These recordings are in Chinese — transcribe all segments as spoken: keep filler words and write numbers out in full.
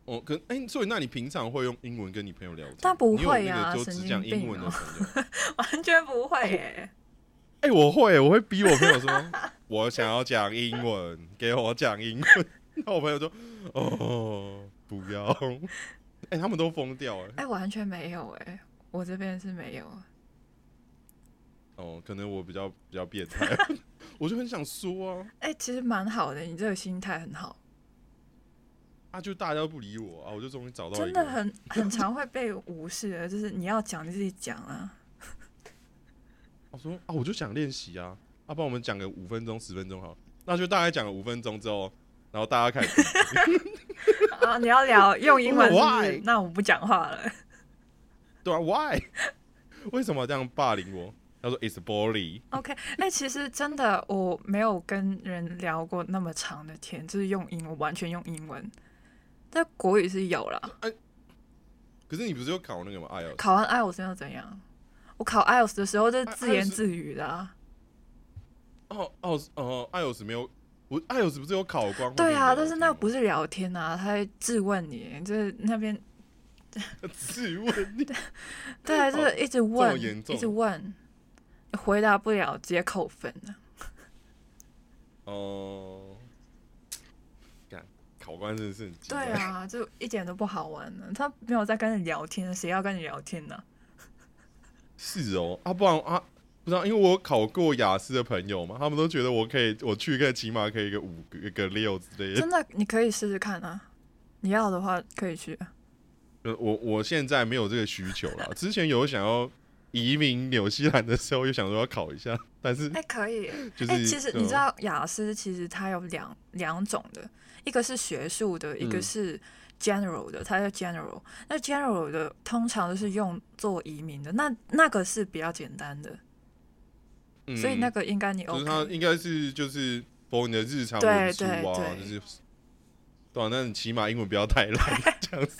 哦，可哎、欸，所以那你平常会用英文跟你朋友聊天？ 但不会啊， 啊， 就只讲英文的朋友， 哦、完全不会耶。 哎、欸，我会，我会逼我朋友说，我想要讲英文，给我讲英文。那我朋友说，哦，不要。哎、欸，他们都疯掉哎。 哎、欸，完全没有哎，我这边是没有。 哦，可能我比较比较变态，我就很想说啊。 哎、欸，其实蛮好的，你这个心态很好。 啊，就大家都不理我啊，我就终于找到一个。 真的很很常会被无视的，就是你要讲你自己讲啊。 我说啊，我就想练习啊，要、啊、不然我们讲个五分钟、十分钟好，那就大概讲个五分钟之后，然后大家开始啊，你要聊用英文是不是？那我不讲话了。 对啊 ，Why？ 为什么这样霸凌我？他说 It's boring。OK， 哎、欸，其实真的我没有跟人聊过那么长的天，就是用英文，完全用英文。但国语是有啦。 哎、欸，可是你不是有考那个吗 ？I E L T S。 考完 I E L T S 要怎样？我考 I E L T S 的时候就是自言自语的啊。 哦哦哦 ，I E L T S 没有，我 I E L T S 不是有考官？ 对啊，但是那不是聊天啊，他会质问你，就是那边质问你。 对啊，就是一直问，哦、一直问，回答不了直接扣分了。 哦。考官真的是很鸡对啊，就一点都不好玩呢。他没有在跟你聊天，谁要跟你聊天呢、啊？ 是哦，啊，不然啊，不知道，因为我有考过雅思的朋友嘛，他们都觉得我可以，我去个起码可以一个五个、一个六之类的。 真的，你可以试试看啊，你要的话可以去。 呃，我我现在没有这个需求啦，之前有想要移民纽西兰的时候，又想说要考一下，但是哎、欸，可以， 就是哎、欸，其实你知道雅思其实它有两两种的。一个是学术的，一个是 general 的，它叫 general。那 general 的通常都是用做移民的，那那个是比较简单的，嗯、所以那个应该你 OK。 就是它应该是就是for你的日常文书啊，就是对啊，那你起码英文不要太烂这样子。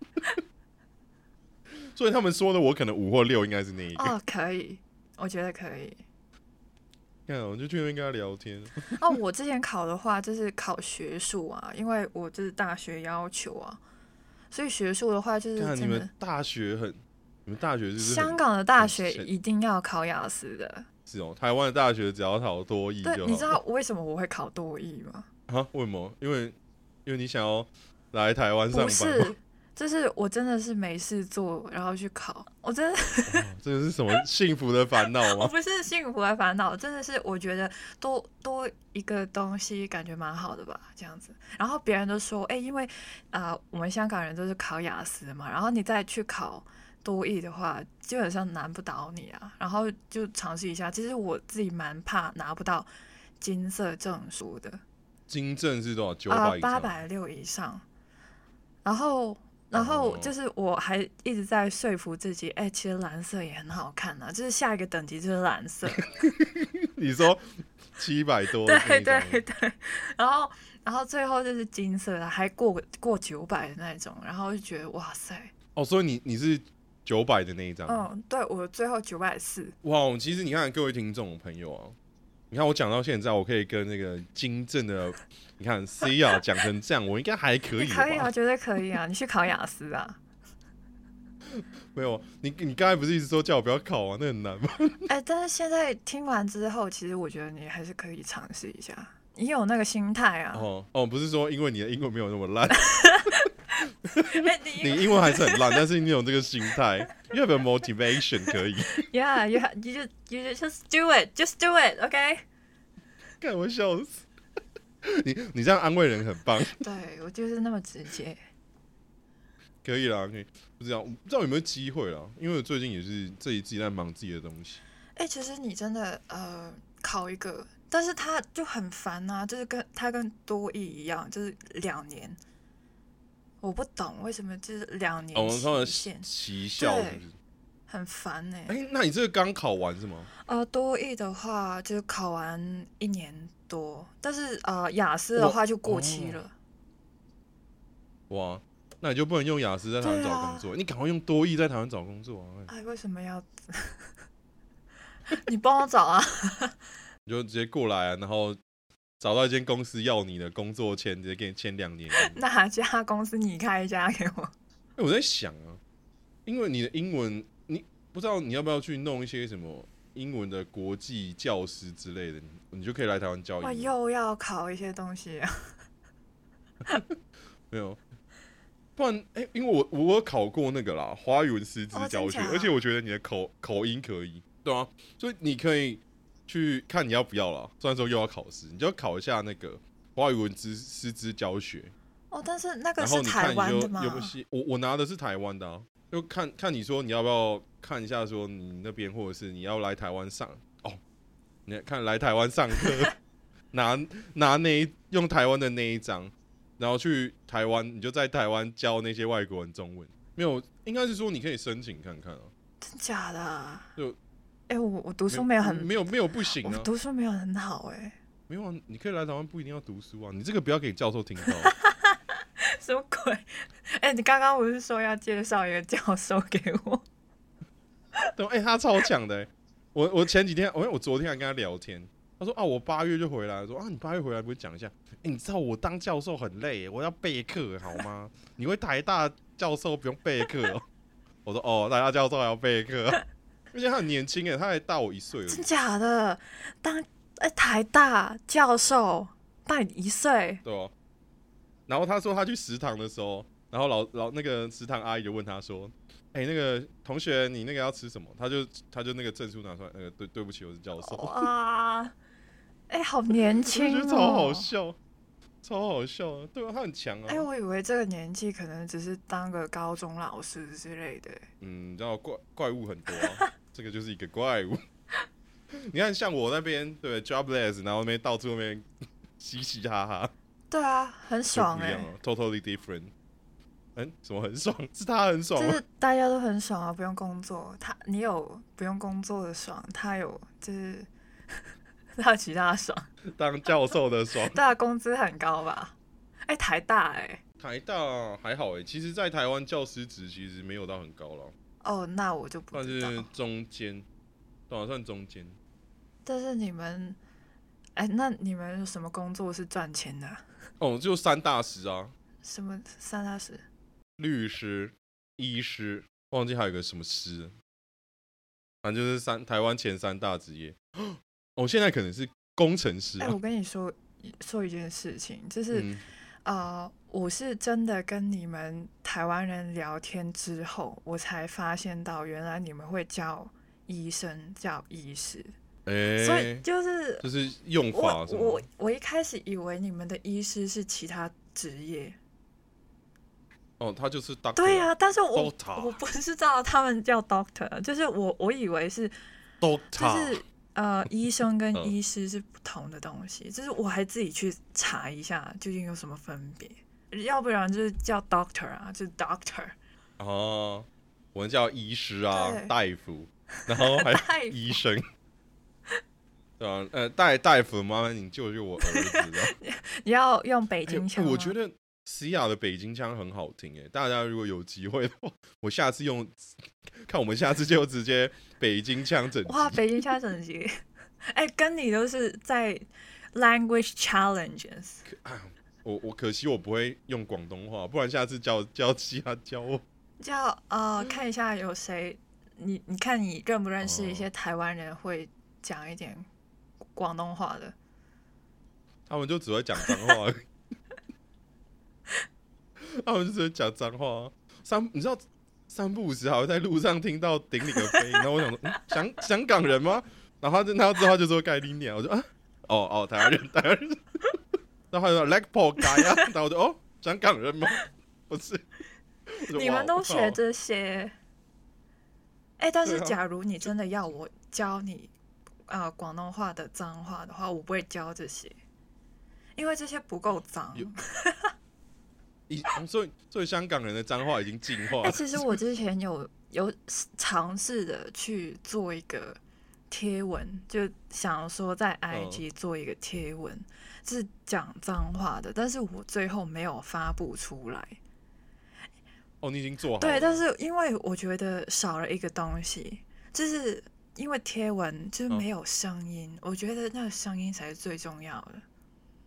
所以他们说的我可能五或六应该是那一个。 哦，可以，我觉得可以。 我就去那边跟他聊天。 哦，我之前考的话就是考学术啊，因为我就是大学要求啊，所以学术的话就是真的。 你们大学很，你们大学是不是香港的大学一定要考雅思的？ 是哦，台湾的大学只要考多益就好。 对，你知道为什么我会考多益吗？ 啊？为什么？因为因为你想要来台湾上班吗？ 不是。就是我真的是没事做，然后去考。我真的、 哦，这个是什么幸福的烦恼吗？ 我不是幸福的烦恼，真的是我觉得多多一个东西感觉蛮好的吧，这样子。然后别人都说，哎、欸，因为啊、呃，我们香港人都是考雅思嘛，然后你再去考多益的话，基本上难不倒你啊。然后就尝试一下，其实我自己蛮怕拿不到金色证书的。 金证是多少？九百以上？ 八百六以上。然后。然后就是我还一直在说服自己，哎、欸，其实蓝色也很好看啊，就是下一个等级就是蓝色。 你说七百多？ 对对对，然后然后最后就是金色的，还过过九百的那种，然后就觉得哇塞。 哦，所以你你是九百的那一张？ 嗯，对，我最后九百四。 哇，其实你看各位听众朋友啊，你看我讲到现在，我可以跟那个金正的。你看 C 啊讲成这样，我应该还可以吧？ 可以啊，绝对可以啊！你去考雅思啊？ 没有，你你刚才不是一直说叫我不要考啊？那很难吗？ 哎、欸，但是现在听完之后，其实我觉得你还是可以尝试一下，你有那个心态啊。 哦哦，不是说因为你的英文没有那么烂，你英文还是很烂，但是你有这个心态 ，you have a motivation 可以。 Yeah, you have, you just you just do it, just do it, OK？ 看我笑死。你你这样安慰人很棒。 对，我就是那么直接。 可以啦，可以。不知道不知道有没有机会啦？因为我最近也是自己自己在忙自己的东西。 哎、欸，其实你真的呃考一个，但是他就很烦啊，就是跟他跟多益一样，就是两年。我不懂为什么就是两年期限， 哦、期效是不是？ 很烦呢、欸。 哎、欸，那你这个刚考完是吗？ 呃，多益的话就是考完一年多，但是呃雅思的话就过期了。 哦、哇，那你就不能用雅思在台湾找工作，啊、你赶快用多益在台湾找工作啊！ 哎，为什么要？你帮我找啊！ 你就直接过来啊，然后找到一间公司要你的工作签，直接给你签两年。 哪家公司你开一家给我？ 欸、我在想啊，因为你的英文，你不知道你要不要去弄一些什么英文的国际教师之类的，你, 你就可以来台湾教英文。 我又要考一些东西啊。 没有，不然哎、欸，因为我我有考过那个啦，华语文师资教学， 哦、 而且我觉得你的口口音可以，对啊，所以你可以去看你要不要啦。虽然说又要考试，你就考一下那个华语文师资教学。 哦，但是那个是台湾的吗？ 有我我拿的是台湾的啊，就看看你说你要不要看一下，说你那边或者是你要来台湾上哦，你看来台湾上课，拿拿那一用台湾的那一张。然后去台湾，你就在台湾教那些外国人中文。没有，应该是说你可以申请看看啊。 真假的？ 就， 哎、欸，我我读书没有很没有没有不行啊。 我读书没有很好哎、欸。 没有啊，你可以来台湾，不一定要读书啊。你这个不要给教授听到。 什么鬼？哎、欸，你刚刚不是说要介绍一个教授给我？ 对，哎、欸，他超强的、欸。我我前几天，我我昨天还跟他聊天。他说啊，我八月就回来了。说啊，你八月回来不会讲一下？哎、欸，你知道我当教授很累，我要备课，好吗？你会台大教授不用备课哦。我说哦，台大教授还要备课，而且他很年轻哎，他还大我一岁。 真假的？当哎、欸、台大教授大你一岁？ 对哦、啊。然后他说他去食堂的时候，然后老老那个食堂阿姨就问他说：“哎、欸，那个同学，你那个要吃什么？”他就他就那个证书拿出来，那个对对不起，我是教授。 哇！哎、欸，好年轻哦， 我觉得超好笑，超好笑啊！对啊，他很强啊。 哎、欸，我以为这个年纪可能只是当个高中老师之类的。 嗯，你知道怪怪物很多啊，这个就是一个怪物。你看，像我那边对 jobless， 然后那边到处那边嘻嘻哈哈。 对啊，很爽哎、 欸、，totally different。嗯、欸，什么很爽？是他很爽吗？ 就是大家都很爽啊，不用工作。他你有不用工作的爽，他有就是他有其他的爽。 当教授的爽， 对啊，工资很高吧？哎、欸，台大哎、欸， 台大还好哎、欸，其实，在台湾教师职其实没有到很高了。 哦，那我就不知道。 算是中间，对，算中间。 但是你们，哎、欸，那你们有什么工作是赚钱的？ 哦，就三大师啊。 什么三大师？ 律师、医师，忘记还有一个什么师，反正就是三台湾前三大职业。哦，现在可能是工程师、啊。 哎、欸，我跟你说说一件事情，就是、 嗯、 呃，我是真的跟你们台湾人聊天之后，我才发现到原来你们会叫医生叫医师。 欸、 所以就是就是用法是吗？ 我我我一开始以为你们的医师是其他职业。 哦，他就是 doctor。 对啊，但是我 doctor 我不知道他们叫 doctor， 就是我我以为是 doctor， 就是呃医生跟医师是不同的东西，嗯、就是我还自己去查一下究竟有什么分别，要不然就是叫 doctor 啊，就是 doctor。 哦，我们叫医师啊，大夫，然后还有医生。对啊，呃，大大夫，麻烦你救救我儿子的。 你要用北京腔、 欸？我觉得西亚的北京腔很好听哎，大家如果有机会的话，我下次用，看我们下次就直接北京腔整集。 哇，北京腔整集，哎、欸，跟你都是在 language challenges。 我我可惜我不会用广东话，不然下次教教西亚教我。 叫呃，看一下有谁，你你看你认不认识一些台湾人会讲一点广东话的？ 他们就只会讲脏话而已。他们就只会讲脏话、啊。三，你知道三不五时还会在路上听到顶你个飞，然后我想说，嗯，香香港人吗？然后他他之后就说盖你鸟，我就啊，哦哦，台湾人，台湾人。然后他就说 leg po 盖啊，然后我就哦，香港人吗？不是。 你们都学这些？哎、欸，但是假如你真的要我教你呃广东话的脏话的话，我不会教这些，因为这些不够脏。 所以，所以香港人的脏话已经进化了。 哎、欸，其实我之前有有尝试的去做一个贴文，就想说在 I G 做一个贴文，嗯、是讲脏话的，但是我最后没有发布出来。 哦，你已经做好了。 对，但是因为我觉得少了一个东西，就是因为贴文就是没有声音，嗯、我觉得那个声音才是最重要的。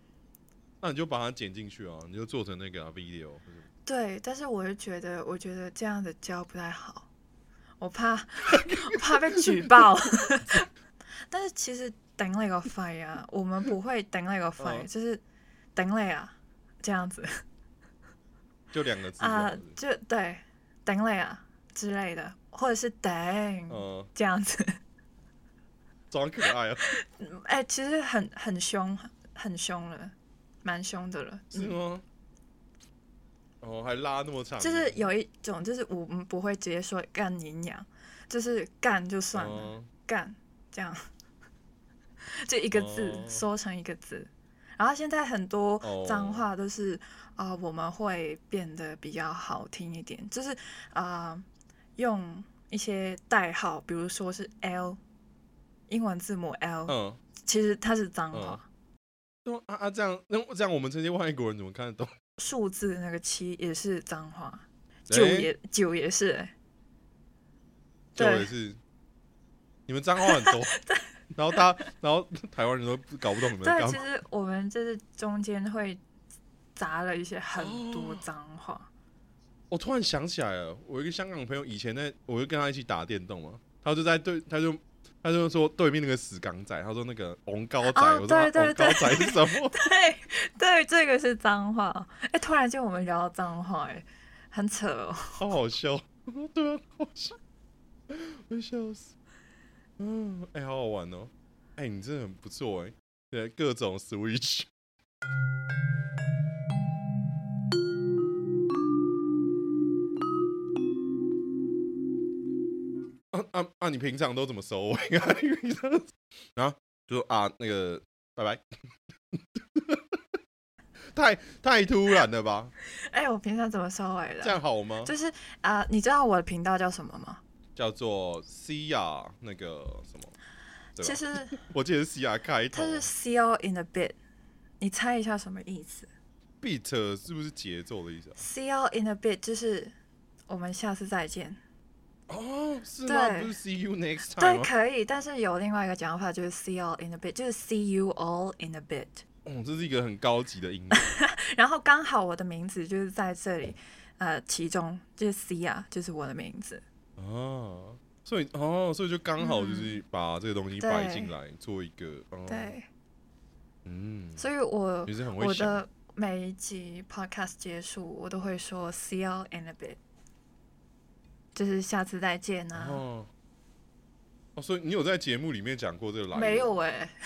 那你就把它剪进去啊，你就做成那个、啊、video。 对，但是我就觉得，我觉得这样的教不太好，我怕我怕被举报。但是其实頂你個肺啊，我們不會頂你個肺，哦、就是頂你啊，這樣子。 就兩個字啊、呃，就對，頂你啊之類的，或者是頂，嗯、這樣子。 裝可愛啊！ 哎、欸，其實很很兇，很兇了，蠻兇的了。 是嗎？嗯、哦，還拉那麼長。 就是有一種，就是我們不會直接說幹你娘，就是幹就算了，哦、幹這樣。就一個字、oh. 說成一個字，然後現在很多髒話都是啊、oh. 呃，我們會變得比較好聽一點，就是啊、呃、用一些代號，比如說是 L， 英文字母 L，、uh. 其實它是髒話。 Uh. 啊啊，這樣那這樣我們這些外國人怎麼看得懂？ 數字那個七也是髒話，九也、欸、九也是、欸， 九也是，你們髒話很多。然後他，然後台灣人都搞不懂你們在幹嘛。 對，其實我們就是中間會雜了一些很多髒話。哦、 我突然想起來了，我一個香港朋友以前呢，我就跟他一起打電動嘛，他就在對，他就他就說對面那個死港仔，他說那個翁高仔，哦、我說對對翁高仔是什麼？ 對對，這個是髒話。哎，突然間我們聊到髒話，哎，很扯哦。 好好笑，對啊，好笑，我笑死。嗯，哎、欸，好好玩哦！哎、欸，你真的很不錯哎，對，各種 Switch。啊啊啊！你平常都怎麼收尾啊？你平常啊，就說啊，那個拜拜。太太突然了吧？ 哎、欸，我平常怎麼收尾的？ 這樣好嗎？ 就是啊、呃，你知道我的頻道叫什麼嗎？ 叫做 Sia 那個什麼？ 其實我記得是 Sia 開頭。它是 seal in a bit， 你猜一下什麼意思 ？Beat 是不是節奏的意思、啊、 ？Seal in a bit 就是我們下次再見。 哦，是嗎？不是 See you next time 嗎？ 對，可以，但是有另外一個講法就是 seal in a bit， 就是 see you all in a bit。 哦，這是一個很高級的音樂。 然後剛好我的名字就是在這裡，呃，其中就是 Sia， 就是我的名字。 哦，所以哦，所以就剛好就是把這個東西擺進來，嗯、做一個、哦、 對， 嗯， 所以我我的每一集 podcast 結束，我都會說 see you in a bit， 就是下次再見啊。 哦，哦，所以你有在節目裡面講過這個來源？ 沒有哎、欸，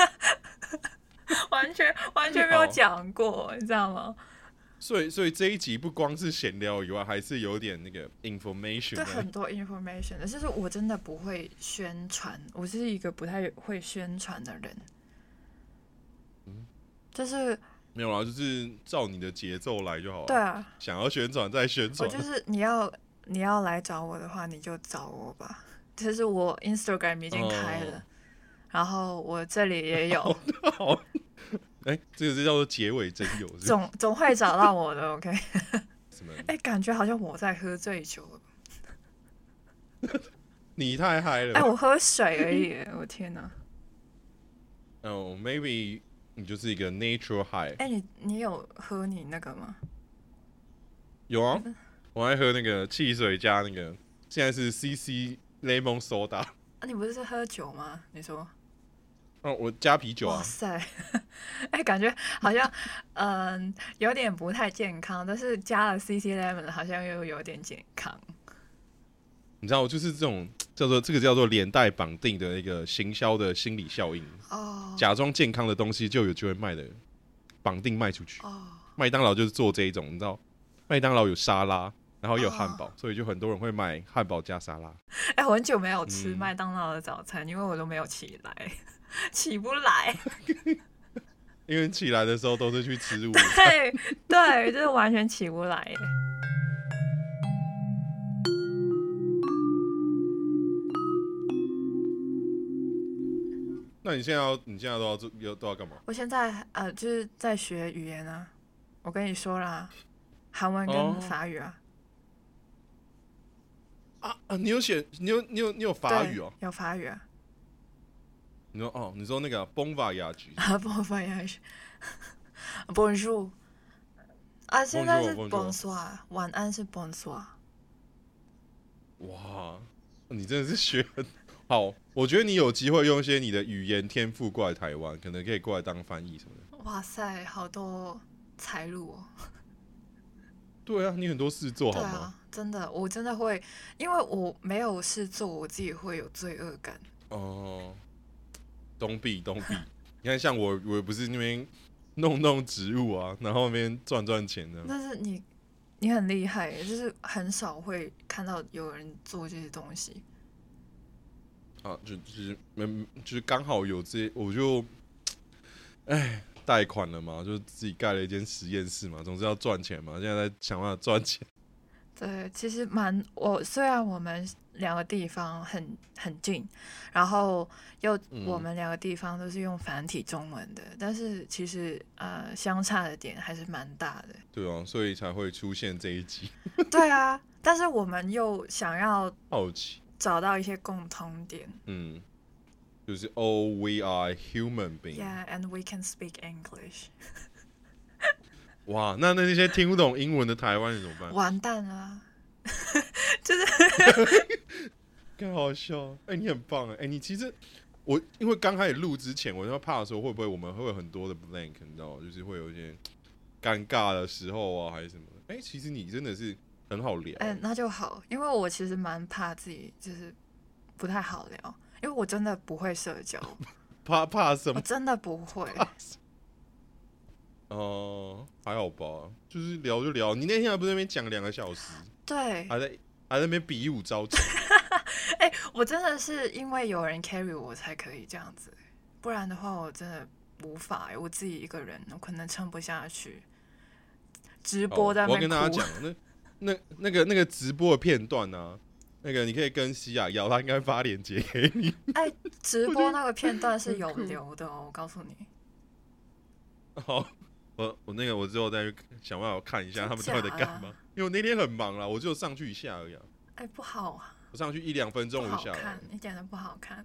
完全完全沒有講過，你知道嗎？ 所以，所以這一集不光是閒聊以外，還是有點那個 information。對， 很多 information 的，就是我真的不會宣傳，我是一個不太會宣傳的人。嗯，就是沒有啦，就是照你的節奏來就好了。 對啊， 想要宣傳再宣傳。 我就是你要你要來找我的話，你就找我吧。其實我 Instagram 已經開了，哦、然後我這裡也有。好好哎、欸，這個是叫做結尾真有， 總總會找到我的。OK， 哎、欸，感覺好像我在喝醉酒了。 你太嗨了。哎、 欸，我喝水而已。我天哪。 哦、oh, ，maybe 你就是一個 natural high。 哎、欸，你你有喝你那個嗎？ 有啊，我愛喝那個汽水加那個，現在是 C C lemon soda。啊， 你不是喝酒嗎？你說。 哦，我加啤酒啊！ 哇塞，哎、欸，感覺好像嗯有點不太健康，但是加了 C C lemon 好像又有點健康。 你知道，就是這種叫做這個叫做連帶綁定的一個行銷的心理效應哦。假裝健康的東西就有機會賣的綁定賣出去哦。麥當勞就是做這一種，你知道，麥當勞有沙拉，然後有漢堡、哦，所以就很多人會買漢堡加沙拉。哎、 欸，我很久沒有吃麥當勞的早餐、嗯，因為我都沒有起來。起不來， 因為起來的時候都是去吃午餐。 對對，就是完全起不來。 那你現在要，你現在都要做，都要幹嘛？ 我現在呃，就是在學語言啊。我跟你說啦，韓文跟法語啊。 哦、啊啊！你有寫，你有你有你有法語哦？ 有法語啊。 你說哦，你說那個 Bon voyage 啊 Bon voyage， Bonjour 啊，现在是 Bonjour，Bonjour Bonsoir，晚安是 Bonsoir。 哇，你真的是学很好。我觉得你有机会用一些你的语言天赋过来台湾，可能可以过来当翻译什么的。 哇塞，好多财路哦。 对啊，你很多事做好吗？ 对啊，真的，我真的会，因为我没有事做，我自己会有罪恶感。 哦，东壁东壁，你看像我，我不是那边弄弄植物啊，然后那边赚赚钱的。 但是你，你很厉害，就是很少会看到有人做这些东西。 啊，就就是嗯，就是刚好有这些，我就，哎，贷款了嘛，就自己盖了一间实验室嘛，总是要赚钱嘛，现在在想办法赚钱。 对，其实蛮我虽然我们两个地方很很近，然后又我们两个地方都是用繁体中文的，但是其实呃相差的点还是蛮大的。 对啊，所以才会出现这一集。 对啊，但是我们又想要好奇， 找到一些共同点。 嗯，就是 all we are human being。 Yeah, and we can speak English 哇，那那些听不懂英文的台湾人怎么办？ 完蛋了，就是更好笑。哎、欸，你很棒哎！哎、欸，你其实我因为刚开始录之前，我就怕说会不会我们会有很多的 blank， 你知道吗？就是会有一些尴尬的时候啊，还是什么的。哎、欸，其实你真的是很好聊。 哎、欸，那就好，因为我其实蛮怕自己就是不太好聊，因为我真的不会社交。 怕怕什么？ 我真的不会。 哦、呃，还好吧，就是聊就聊。你那天还不是在那边讲两个小时？ 对， 还在还在那边比武招亲。 哎、欸，我真的是因为有人 carry 我才可以这样子，不然的话我真的无法。我自己一个人，我可能撑不下去。直播在那边哭、 哦、我要跟大家讲，那那那个那个直播的片段啊，那个你可以跟西亚要，他应该发链接给你。 哎、欸，直播那个片段是有留的哦，我告诉你。 好。我我那个我之后再去想办法看一下他们到底在干嘛，因为我那天很忙啦，我就上去一下而已、啊。 哎、欸，不好啊！ 我上去一两分钟我就下来。 不好看，一点都不好看。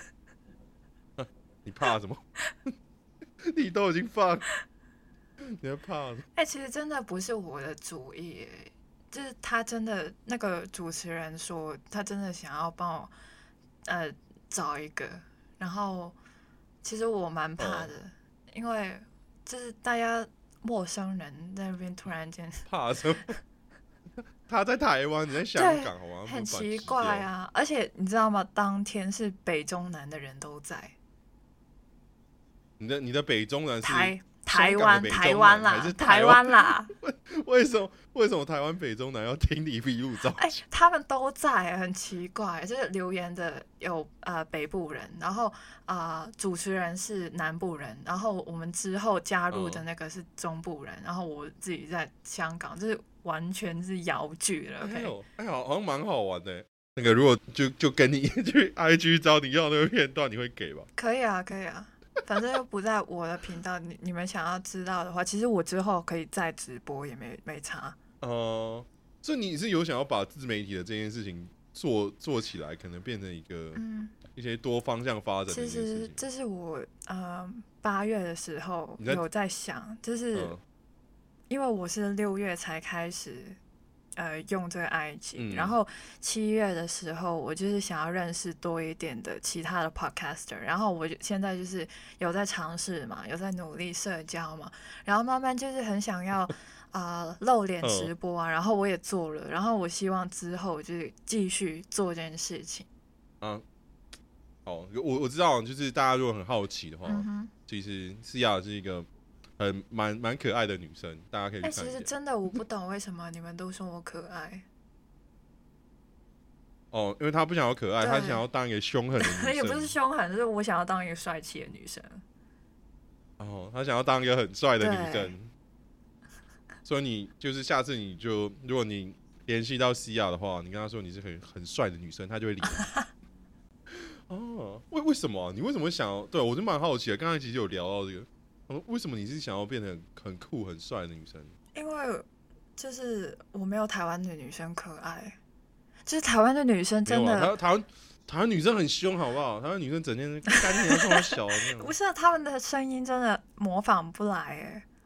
你怕什么？你都已经放，你在怕什么？ 哎、欸，其实真的不是我的主意耶，就是他真的那个主持人说，他真的想要帮我呃找一个，然后其实我蛮怕的，哦、因为。就是大家陌生人在那边突然间怕什么？他在台湾，你在香港，好吗？ 很奇怪啊！而且你知道吗？当天是北中南的人都在。 你的你的北中南是台台湾台湾啦，还是台湾啦？ 为什么为什么台湾北中南要听你比武招亲？ 哎、欸，他们都在，很奇怪。就是留言的有呃北部人，然后啊、呃、主持人是南部人，然后我们之后加入的那个是中部人，嗯、然后我自己在香港，就是完全是摇剧了。 哎呦，哎好好像蛮好玩的。那个如果就就跟你去 I G 找你要那个片段，你会给吧？ 可以啊，可以啊。反正又不在我的频道，你你们想要知道的话，其实我之后可以再直播，也没没差。 哦、呃，所以你是有想要把自媒体的这件事情做做起来，可能变成一个、嗯、一些多方向发展的一件事情。 其实这是我呃八月的时候有在想，在就是因为我是六月才开始。呃，用这个 I G，、嗯、然后七月的时候，我就是想要认识多一点的其他的 podcaster， 然后我现在就是有在尝试嘛，有在努力社交嘛，然后慢慢就是很想要啊、呃、露脸直播啊，然后我也做了，然后我希望之后就是继续做这件事情。 啊，好，我我知道，就是大家如果很好奇的话，嗯、其实思雅是一个。很蛮蛮可爱的女生，大家可以去看一下。 哎、欸，其实真的我不懂为什么你们都说我可爱。 哦，因为她不想要可爱，她想要当一个凶狠的女生。 也不是凶狠，就是我想要当一个帅气的女生。 哦，她想要当一个很帅的女生。所以你就是下次你就，如果你联系到西亚的话，你跟她说你是很很帅的女生，她就会理你。哦，为为什么、啊？你为什么会想要？对我就蛮好奇的，刚才其实有聊到这个。为什么你是想要变得很酷很帅的女生？因为就是我没有台湾的女生可爱，就是台湾的女生真的， 啊、台湾台湾女生很凶，好不好？台湾女生整天干净，这么小， 不是他们的声音真的模仿不来哎。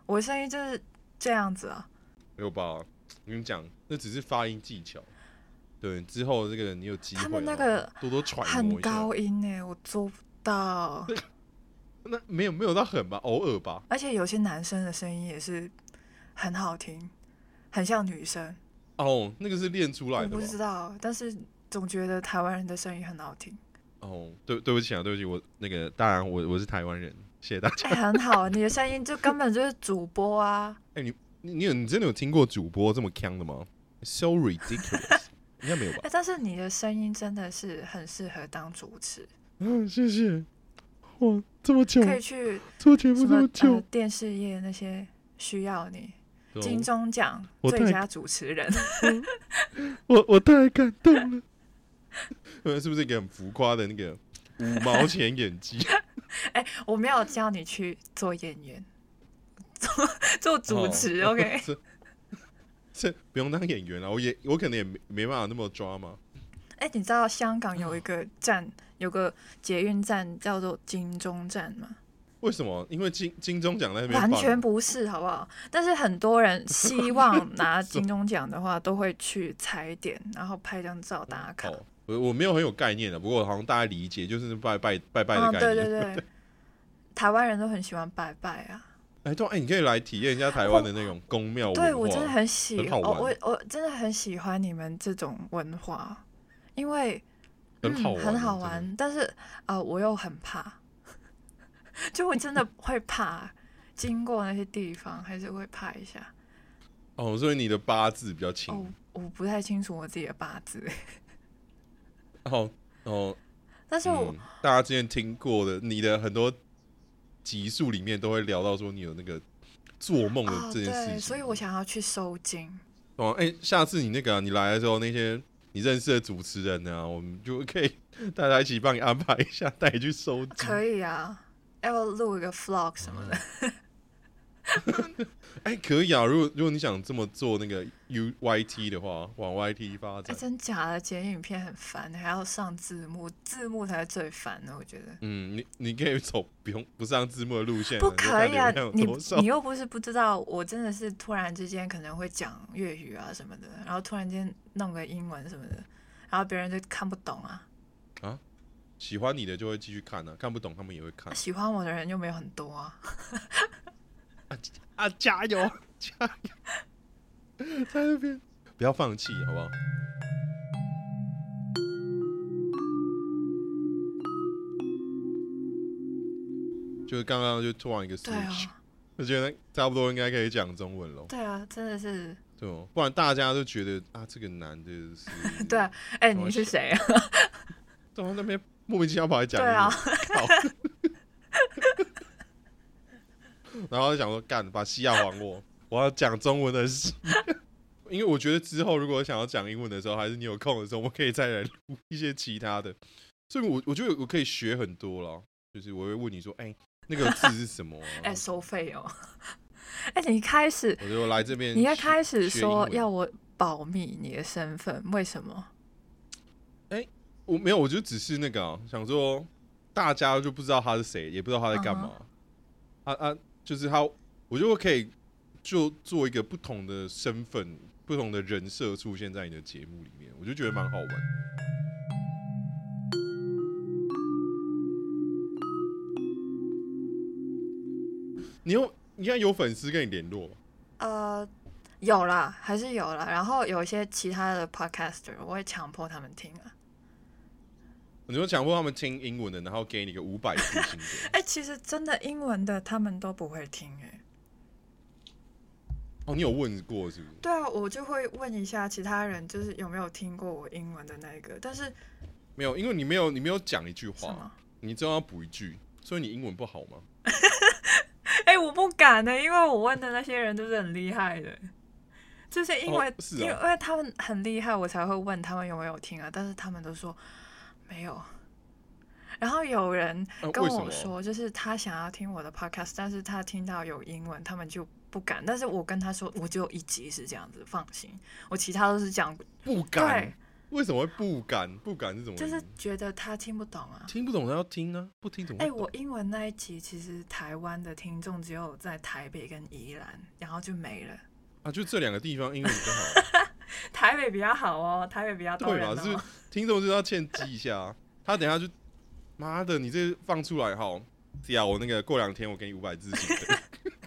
我的声音就是这样子啊。 没有吧？我跟你讲，那只是发音技巧。对，之后这个你有机会， 他们那个多多揣摩很一下。 高音哎，我做不到。 那没有没有到很吧，偶尔吧。 而且有些男生的声音也是很好听，很像女生。 哦，那个是练出来的吧。 我不知道，但是总觉得台湾人的声音很好听。 哦，对，对不起啊，对不起，我那个当然我我是台湾人，谢谢大家。 哎、很好，你的声音就根本就是主播啊。 哎、你你你有你真的有听过主播这么强的吗 ？So ridiculous， 应该没有吧？ 哎、但是你的声音真的是很适合当主持。 嗯，谢谢。哇，这么久， 可以去做节目什么这么久， 呃、电视业那些需要你。 对金钟奖最佳主持人， 我我太感动了。是不是一个很浮夸的那个五毛钱演技？ 哎、欸，我没有叫你去做演员，做做主持、 哦、 ，OK？ 是是不用当演员了，我也我可能也没没办法那么抓嘛。 哎、欸，你知道香港有一个站，有个捷运站叫做金钟站吗？ 为什么？因为金金钟奖在那边完全不是，好不好？但是很多人希望拿金钟奖的话，都会去踩点，然后拍张照打卡。 哦，我我没有很有概念的，不过好像大家理解就是拜拜拜拜的概念。 哦、对对对，台湾人都很喜欢拜拜啊。 哎，对，哎，你可以来体验一下台湾的那种宫庙文化。 对，我真的很喜欢， 哦、 我我真的很喜欢你们这种文化，因为很好玩、 嗯，很好玩。但是呃，我又很怕。就我真的会怕，经过那些地方还是会怕一下。 哦，所以你的八字比较轻。 哦，我不太清楚我自己的八字。 哦哦， 但是我、 嗯、大家之前听过的，你的很多集数里面都会聊到说你有那个做梦的这件事情、 哦，对，所以我想要去收金。 哦，哎、欸，下次你那个、啊、你来的时候，那些你认识的主持人呢、啊，我们就可以大家一起帮你安排一下，带你去收金。 可以啊。要录一个 vlog 什么的， 哎、欸，可以啊！如果如果你想这么做那个 U Y T 的话，往 Y T 发展， 哎、欸，真假的剪影片很烦，还要上字幕，字幕才是最烦的，我觉得。 嗯，你你可以走不用不上字幕的路线， 不可以啊！你你又不是不知道，我真的是突然之间可能会讲粤语啊什么的，然后突然间弄个英文什么的，然后别人就看不懂啊。 啊？喜欢你的就会继续看啊，看不懂他们也会看。 喜欢我的人又没有很多啊。 啊, 啊！加油，加油，在那边不要放弃，好不好？就是刚刚就突然一个 switch，我、哦、觉得差不多应该可以讲中文了。 对啊，真的是。 对哦，不然大家都觉得啊，这个男的是。 对啊，哎、欸，你是谁啊？ 对啊，那边莫名其妙跑来讲。 对啊。 然后就想说，干，把西亚还我，我要讲中文的戏。因为我觉得之后如果想要讲英文的时候，还是你有空的时候，我们可以再来录一些其他的。所以我我觉得我可以学很多了，就是我会问你说，哎、欸，那个字是什么、啊？ 哎、欸，收费哦。哎、欸，你开始， 我就来这边， 你一开始说要我保密你的身份，为什么？ 哎、欸，我没有，我就只是那个、啊、想说，大家就不知道他是谁，也不知道他在干嘛。Uh-huh. 啊啊！就是他，我觉得可以就做一个不同的身份、不同的人设出现在你的节目里面，我就觉得蛮好玩。你有，你现在有粉丝跟你联络？ 呃，有啦，还是有啦。然后有一些其他的 podcaster， 我会强迫他们听啊。 你说强迫他们听英文的，然后给你个五百字星的。 哎，其实真的英文的他们都不会听哎、欸。 哦，你有问过是不是？ 对啊，我就会问一下其他人，就是有没有听过我英文的那个，但是没有，因为你没有你没有讲一句话，你只要补一句，所以你英文不好吗？ 哎、欸，我不敢呢、欸，因为我问的那些人都是很厉害的，就是因为、 哦是啊、 因为他们很厉害，我才会问他们有没有听啊，但是他们都说没有。然后有人跟我说，就是他想要听我的 podcast， 但是他听到有英文，他们就不敢。但是我跟他说，我只有一集是这样子，放心，我其他都是讲不敢。 为什么会不敢？不敢是怎么？ 就是觉得他听不懂啊。 听不懂他要听啊，不听怎么会哎、 懂？ 我英文那一集其实台湾的听众只有在台北跟宜兰，然后就没了。 啊，就这两个地方英文比较好。 台北比较好哦，台北比较多对嘛？ 人哦。 是听众就是要欠记一下、啊，他等一下就妈的，你这放出来好，是啊，我那个过两天我给你五百字写的，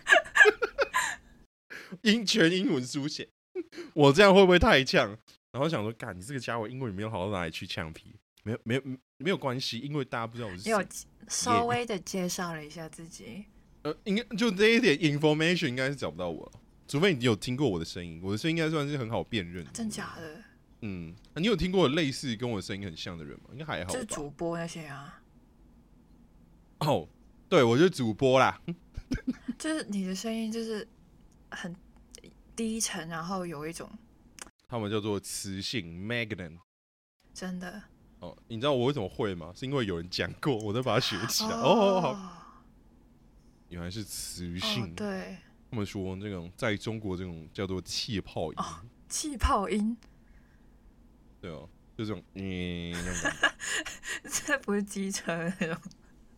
英全英文书写，我这样会不会太呛？然后想说，干你这个家伙英文没有好到哪里去呛皮，没有没有没有关系，因为大家不知道我是谁。 有稍微的介绍了一下自己。 呃，应该就这一点 information 应该是找不到我了，除非你有听过我的声音，我的声音应该算是很好辨认的。 真假的？ 嗯、啊，你有听过类似跟我的声音很像的人吗？应该还好吧。 就是主播那些啊。 哦，对，我就是主播啦。 就是你的声音就是很低沉，然后有一种他们叫做磁性 magnet。 真的哦，你知道我为什么会吗？是因为有人讲过，我再把它学起来。哦， 哦好，原来是磁性。 哦，对， 他们说这种在中国这种叫做气泡音。 哦，气泡音。 对哦，就这种嗯那种感觉。 这不是机车的那种。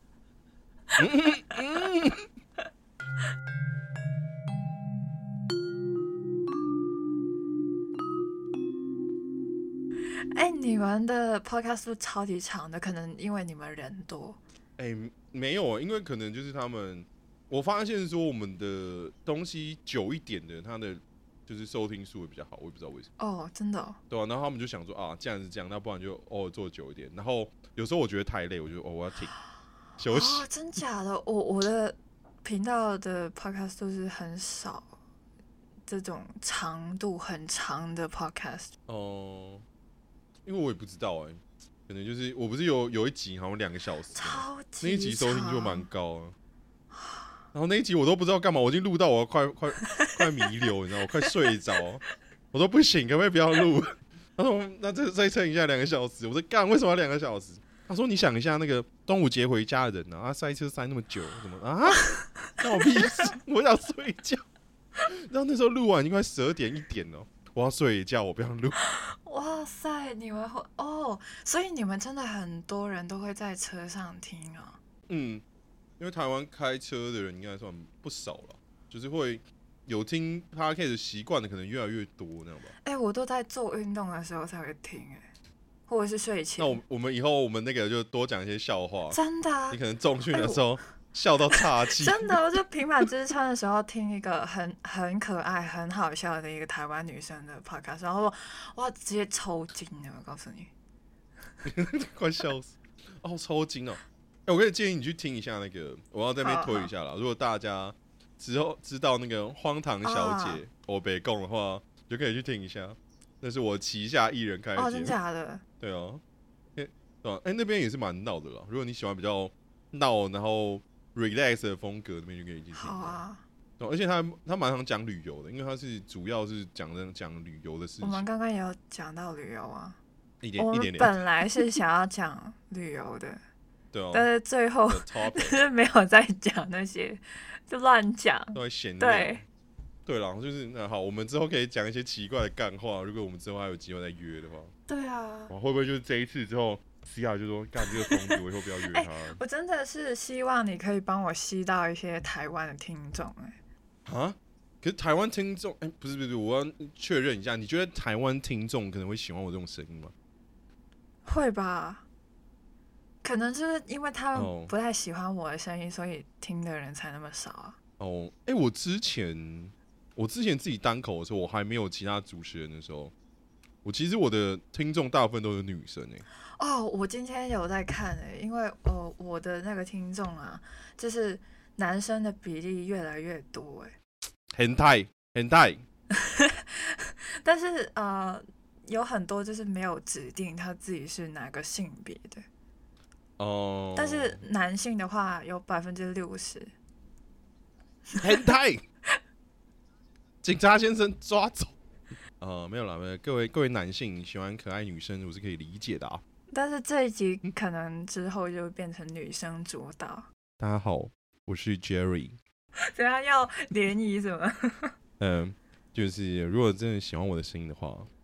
哎、欸，你们的 podcast 都超级长的，可能因为你们人多。 哎、欸，没有，因为可能就是他们，我发现说我们的东西久一点的，它的就是收听数会比较好，我也不知道为什么。 哦，真的、哦。 对啊，然后他们就想说啊，既然是这样，那不然就偶尔做久一点。然后有时候我觉得太累，我就哦我要停休息。 哦，真假的？我我的频道的 podcast 都是很少这种长度很长的 podcast。 哦、呃，因为我也不知道哎、欸，可能就是我不是有有一集好像两个小时， 超级那一集收听就蛮高啊。然后那一集我都不知道干嘛，我已经录到我快快快弥留，你知道，我快睡着，我都不行，可不可以不要录？他说那这再撑一下两个小时，我说干为什么要两个小时？他说你想一下那个端午节回家的人啊，他塞车塞那么久，什么啊？关我屁事！我想睡觉。然后那时候录完已经快十二点一点了，我要睡觉，我不要录。 哇塞，你们会哦，所以你们真的很多人都会在车上听啊。 嗯，因为台湾开车的人应该算不少了，就是会有听 podcast 的习惯的，可能越来越多那样吧。 哎、欸，我都在做运动的时候才会听、欸，哎，或者是睡前。 那我我们以后我们那个就多讲一些笑话。 真的、啊？ 你可能重训的时候、欸、笑到岔气。 真的，我就平板支撑的时候听一个很很可爱、很好笑的一个台湾女生的 podcast， 然后哇，直接抽筋了，我告诉你。 快笑死！哦，抽筋哦。哎、欸，我可以建议你去听一下那个，我要在那边推一下啦。如果大家之后知道那个荒唐小姐欧北贡的话，就可以去听一下。那是我旗下艺人开的节目。 哦，真假的？ 对啊，哎、欸，对吧、啊？哎、欸，那边也是蛮闹的啦。如果你喜欢比较闹，然后 relax 的风格，那边就可以去听。 好啊。 对，而且他他蛮常讲旅游的，因为他是主要是讲讲旅游的事情。 我们刚刚也有讲到旅游啊。 一点我们一点点。 本来是想要讲旅游的。 对啊， 但是最后就是没有再讲那些，就乱讲， 都会闲聊。 对， 对啦，就是那好，我们之后可以讲一些奇怪的干话。如果我们之后还有机会再约的话， 对啊， 会不会就是这一次之后，西亚就说干这个疯子，我以后不要约他、 欸？我真的是希望你可以帮我吸到一些台湾的听众哎、 欸。啊？可是台湾听众，哎、欸，不是不是，我要确认一下，你觉得台湾听众可能会喜欢我这种声音吗？ 会吧。可能就是因为他们不太喜欢我的声音， oh. 所以听的人才那么少啊。 哦，哎，我之前我之前自己单口的时候，我还没有其他主持人的时候，我其实我的听众大部分都是女生哎、欸。 哦，我今天有在看哎、欸，因为呃我的那个听众啊，就是男生的比例越来越多哎、 欸。很太很太。 但是呃有很多就是没有指定他自己是哪个性别的。 哦、oh. 但是男性的话有百分之六十。 变态！警察先生抓走。呃，没有啦，没有。各位各位男性喜欢可爱女生，我是可以理解的啊。 但是这一集可能之后就变成女生主导。 大家好，我是 Jerry。 等下要联谊什么？ 嗯，就是如果真的喜欢我的声音的话，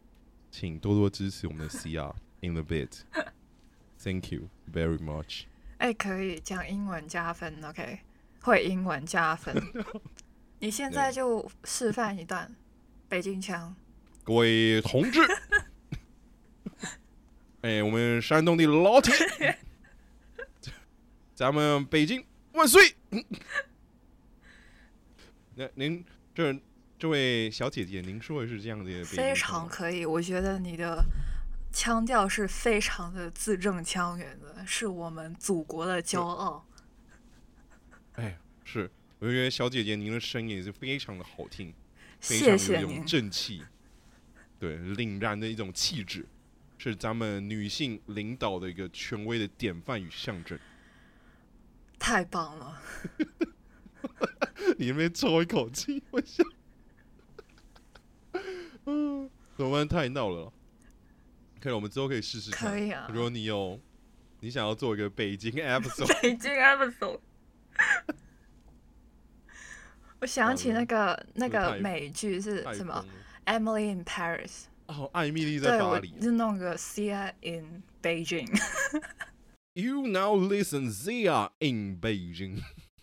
请多多支持我们的 C R in the bit。Thank you very much。 哎、欸，可以讲英文加分 ，OK？ 会英文加分。你现在就示范一段北京腔。 各位同志，哎、欸，我们山东的老铁，咱们北京万岁！那您这这位小姐姐，您说的是这样的北京腔吗？ 非常可以，我觉得你的腔调是非常的字正腔圆的，是我们祖国的骄傲。 哎，是，我觉得小姐姐您的声音也是非常的好听， 谢谢您， 非常有一种正气，对，凛然的一种气质，是咱们女性领导的一个权威的典范与象征。 太棒了！ 你那边抽一口气，我想，嗯，怎么办？太闹了。可以，我们之后可以试试看。 可以啊。 如果你有，你想要做一个北京 episode， 北京 episode， 我想起那个那个美剧是什么 ？Emily in Paris。 哦，艾米丽在巴黎。 对，就弄个 Zia in Beijing。You now listen Zia in Beijing。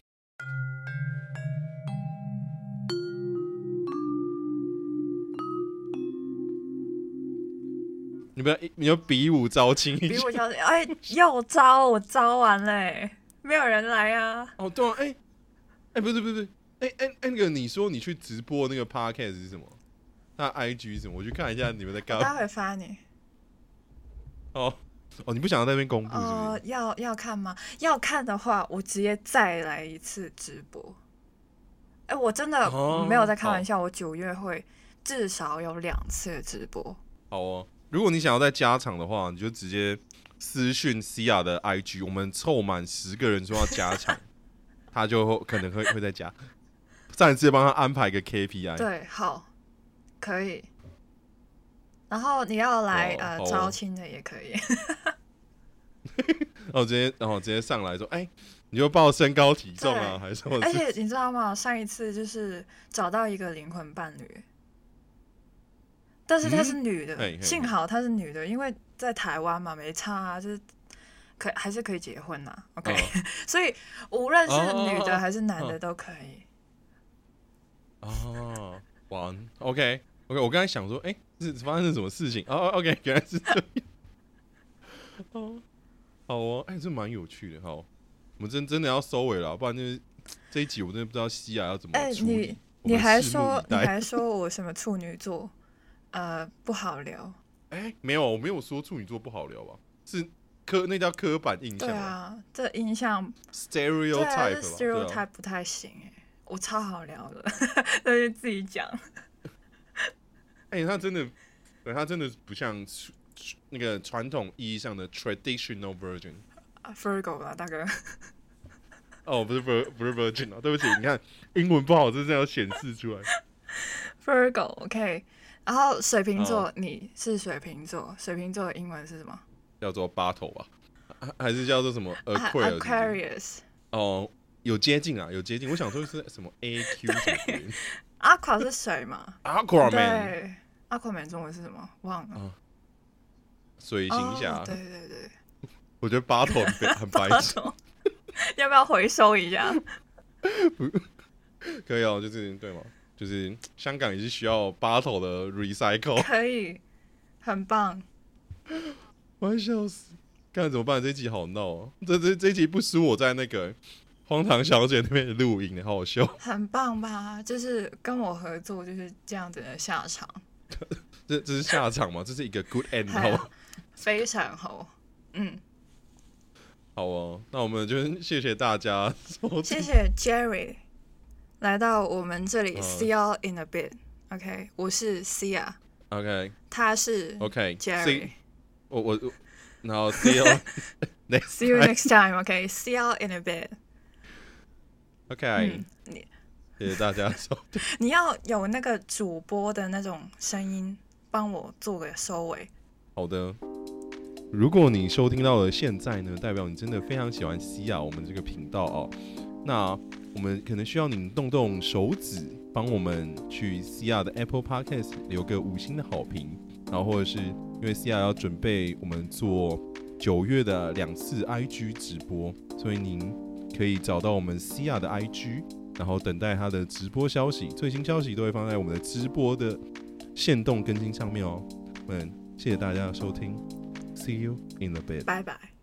你不要，你要比武招亲一下。 比武招亲，哎，又招，我招完嘞，没有人来啊。 哦，对啊，哎、欸，哎、欸，不是不是，哎哎哎，那个你说你去直播那个 podcast 是什么？那 I G 是什么？我去看一下你们在干嘛。 我待会发你。 哦哦，你不想要在那边公布是不是？ 哦、呃，要要看吗？要看的话，我直接再来一次直播。哎，我真的没有在开玩笑，我九月会至少有两次直播。 好哦。如果你想要再加场的话，你就直接私讯 Cia 的 I G， 我们凑满十个人说要加场，他就可能会会再加。上一次帮他安排一个 K P I。 对，好，可以。然后你要来、哦、呃哦、 招亲的也可以。 然后直接然后直接上来说，哎、欸，你就报身高体重啊，还是什么？ 而且你知道吗？上一次就是找到一个灵魂伴侣。但是她是女的、嗯，幸好她是女的，因为在台湾嘛，没差啊，就是可还是可以结婚呐、啊。OK，、哦、所以无论是女的还是男的都可以。 哦，哇 ，OK OK， 我刚才想说，哎、欸，是发生什么事情？哦 ，OK， 原来是这样。哦，好哦，哎、欸，这蛮有趣的。好，我们真真的要收尾了，不然就是这一集我真的不知道西亚要怎么处理。 欸、你你还说你还说我什么处女座？呃，不好聊。 哎、欸，没有，我没有说处女座不好聊吧？是刻那叫刻板印象。 对啊，这印象 stereotype 吧 ，stereotype 不太行哎、欸，我超好聊的，但是自己讲。 哎、欸，他真的，对，他真的不像那个传统意义上的 traditional virgin。 啊 ，Virgo 啦，大哥。 哦，不是不是不是 virgin 啊，对不起，你看英文不好，这是要显示出来。 Virgo，OK。然后水瓶座、哦，你是水瓶座，水瓶座的英文是什么？ 叫做 Battle 吧，还是叫做什么 Aquarius？ Aquarius。 哦，有接近啊，有接近。我想说是什么 A Q 什么 Aqua 是水嘛 ？Aquaman。 对 ，Aquaman 中文是什么？忘了。 哦、水行侠、 哦。对对对。 我觉得 Battle 很很白痴。 要不要回收一下？ 可以哦，就是对吗？就是香港也是需要 battle 的 recycle， 可以，很棒。 我要笑死！看怎么办？这一集好闹哦、喔！这这这一集不输我在那个荒唐小姐那边的录音，好好笑。 很棒吧？就是跟我合作就是这样子的下场。 这这是下场吗？这是一个 good end 好吗？ 非常好，嗯。 好哦，那我们就谢谢大家收听， 谢谢 Jerry。来到我们这里 ，See you in a bit。OK， 我是 Cia。OK， 他是 OK，Jerry。我我然后 See you see you next time。OK，See you in a bit。OK， 嗯，谢谢大家收听。 你要有那个主播的那种声音，帮我做个收尾。 好的。如果你收听到了现在呢，代表你真的非常喜欢 Cia 我们这个频道哦。那我们可能需要你动动手指，帮我们去 Cia 的 Apple Podcast 留个五星的好评，然然后或者是因为 C R 要准备我们做九月的两次 I G 直播，所以您可以找到我们 C R 的 I G， 然后等待他的直播消息，最新消息都会放在我们的直播的限动更新上面哦。我们谢谢大家的收听 ，See you in a bit， 拜拜。